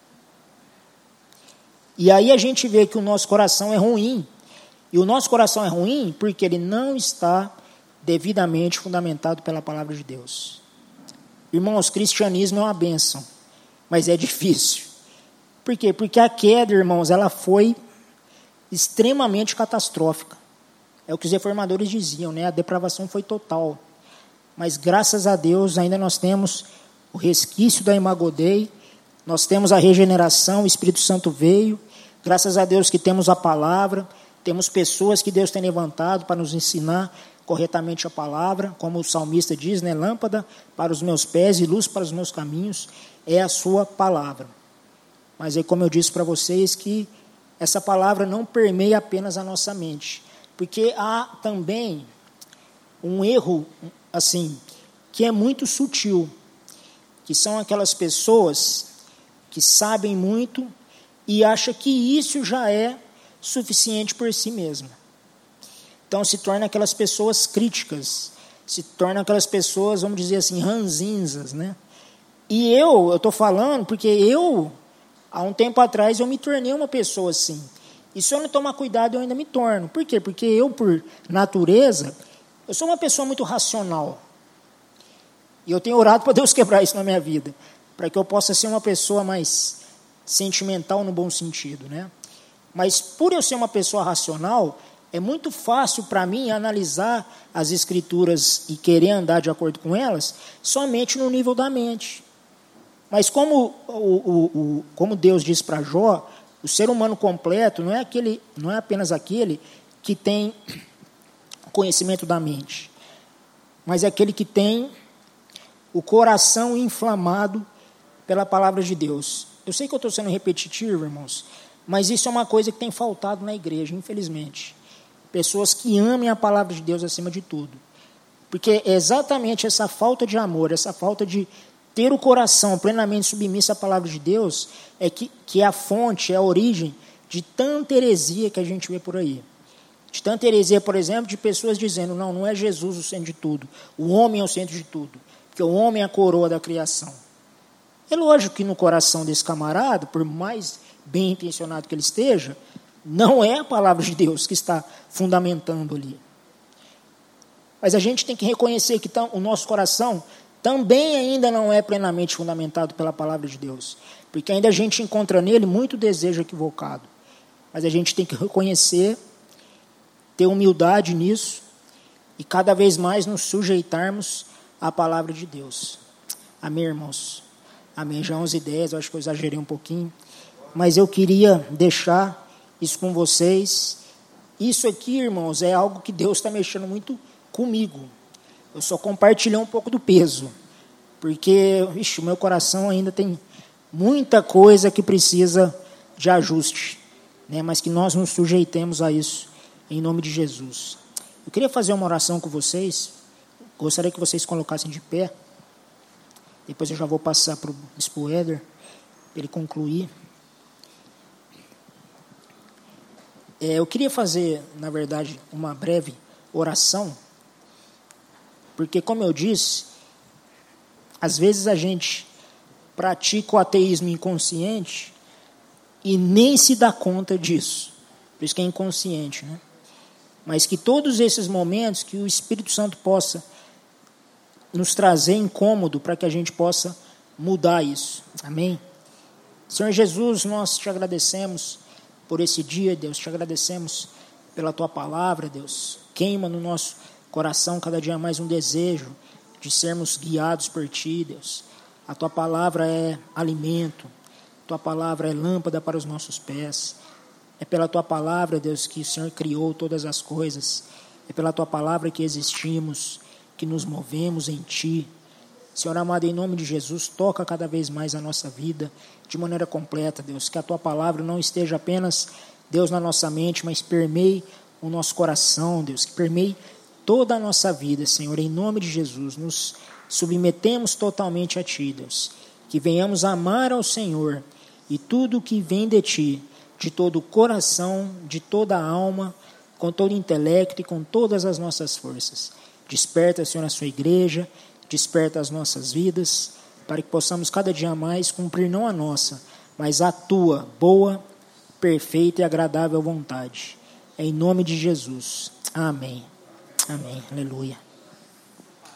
E aí a gente vê que o nosso coração é ruim. E o nosso coração é ruim porque ele não está devidamente fundamentado pela palavra de Deus. Irmãos, cristianismo é uma bênção, mas é difícil. Por quê? Porque a queda, irmãos, ela foi extremamente catastrófica. É o que os reformadores diziam, né? A depravação foi total. Mas graças a Deus ainda nós temos o resquício da Imago Dei, nós temos a regeneração, o Espírito Santo veio, graças a Deus que temos a palavra, temos pessoas que Deus tem levantado para nos ensinar corretamente a palavra, como o salmista diz, né? Lâmpada para os meus pés e luz para os meus caminhos, é a sua palavra. Mas aí, como eu disse para vocês, que essa palavra não permeia apenas a nossa mente, porque há também um erro, assim, que é muito sutil, que são aquelas pessoas que sabem muito e acham que isso já é suficiente por si mesma. Então, se torna aquelas pessoas críticas, se tornam aquelas pessoas, vamos dizer assim, ranzinzas, né? E eu, eu estou falando porque eu, há um tempo atrás, eu me tornei uma pessoa assim. E se eu não tomar cuidado, eu ainda me torno. Por quê? Porque eu, por natureza, eu sou uma pessoa muito racional. E eu tenho orado para Deus quebrar isso na minha vida, para que eu possa ser uma pessoa mais sentimental no bom sentido, né? Mas por eu ser uma pessoa racional, é muito fácil para mim analisar as Escrituras e querer andar de acordo com elas somente no nível da mente. Mas como, o, o, o, como Deus diz para Jó, o ser humano completo não é, aquele, não é apenas aquele que tem conhecimento da mente, mas é aquele que tem o coração inflamado pela palavra de Deus. Eu sei que eu estou sendo repetitivo, irmãos, mas isso é uma coisa que tem faltado na igreja, infelizmente. Pessoas que amem a palavra de Deus acima de tudo. Porque é exatamente essa falta de amor, essa falta de ter o coração plenamente submisso à palavra de Deus, é que, que é a fonte, é a origem de tanta heresia que a gente vê por aí. De tanta heresia, por exemplo, de pessoas dizendo, não, não é Jesus o centro de tudo, o homem é o centro de tudo, porque o homem é a coroa da criação. É lógico que no coração desse camarada, por mais bem intencionado que ele esteja, não é a palavra de Deus que está fundamentando ali. Mas a gente tem que reconhecer que o nosso coração também ainda não é plenamente fundamentado pela palavra de Deus, porque ainda a gente encontra nele muito desejo equivocado. Mas a gente tem que reconhecer, ter humildade nisso e cada vez mais nos sujeitarmos à palavra de Deus. Amém, irmãos? Amém. Já onze e dez, eu acho que eu exagerei um pouquinho, mas eu queria deixar isso com vocês. Isso aqui, irmãos, é algo que Deus está mexendo muito comigo. Eu só compartilhei um pouco do peso, porque ixi, o meu coração ainda tem muita coisa que precisa de ajuste, né? Mas que nós nos sujeitemos a isso, em nome de Jesus. Eu queria fazer uma oração com vocês, gostaria que vocês colocassem de pé, depois eu já vou passar para o Bispo Éder, para ele concluir. É, eu queria fazer, na verdade, uma breve oração, porque, como eu disse, às vezes a gente pratica o ateísmo inconsciente e nem se dá conta disso. Por isso que é inconsciente, né? Mas que todos esses momentos, que o Espírito Santo possa nos trazer incômodo para que a gente possa mudar isso. Amém? Senhor Jesus, nós te agradecemos por esse dia, Deus, te agradecemos pela tua palavra, Deus. Queima no nosso coração cada dia mais um desejo de sermos guiados por ti, Deus. A tua palavra é alimento, a tua palavra é lâmpada para os nossos pés. É pela tua palavra, Deus, que o Senhor criou todas as coisas. É pela tua palavra que existimos, que nos movemos em ti. Senhor amado, em nome de Jesus, toca cada vez mais a nossa vida de maneira completa, Deus. Que a tua palavra não esteja apenas, Deus, na nossa mente, mas permeie o nosso coração, Deus. Que permeie toda a nossa vida, Senhor, em nome de Jesus. Nos submetemos totalmente a ti, Deus. Que venhamos amar ao Senhor e tudo o que vem de ti, de todo o coração, de toda a alma, com todo o intelecto e com todas as nossas forças. Desperta, Senhor, a sua igreja, desperta as nossas vidas, para que possamos cada dia mais cumprir não a nossa, mas a tua boa, perfeita e agradável vontade. É em nome de Jesus. Amém. Amém. Aleluia.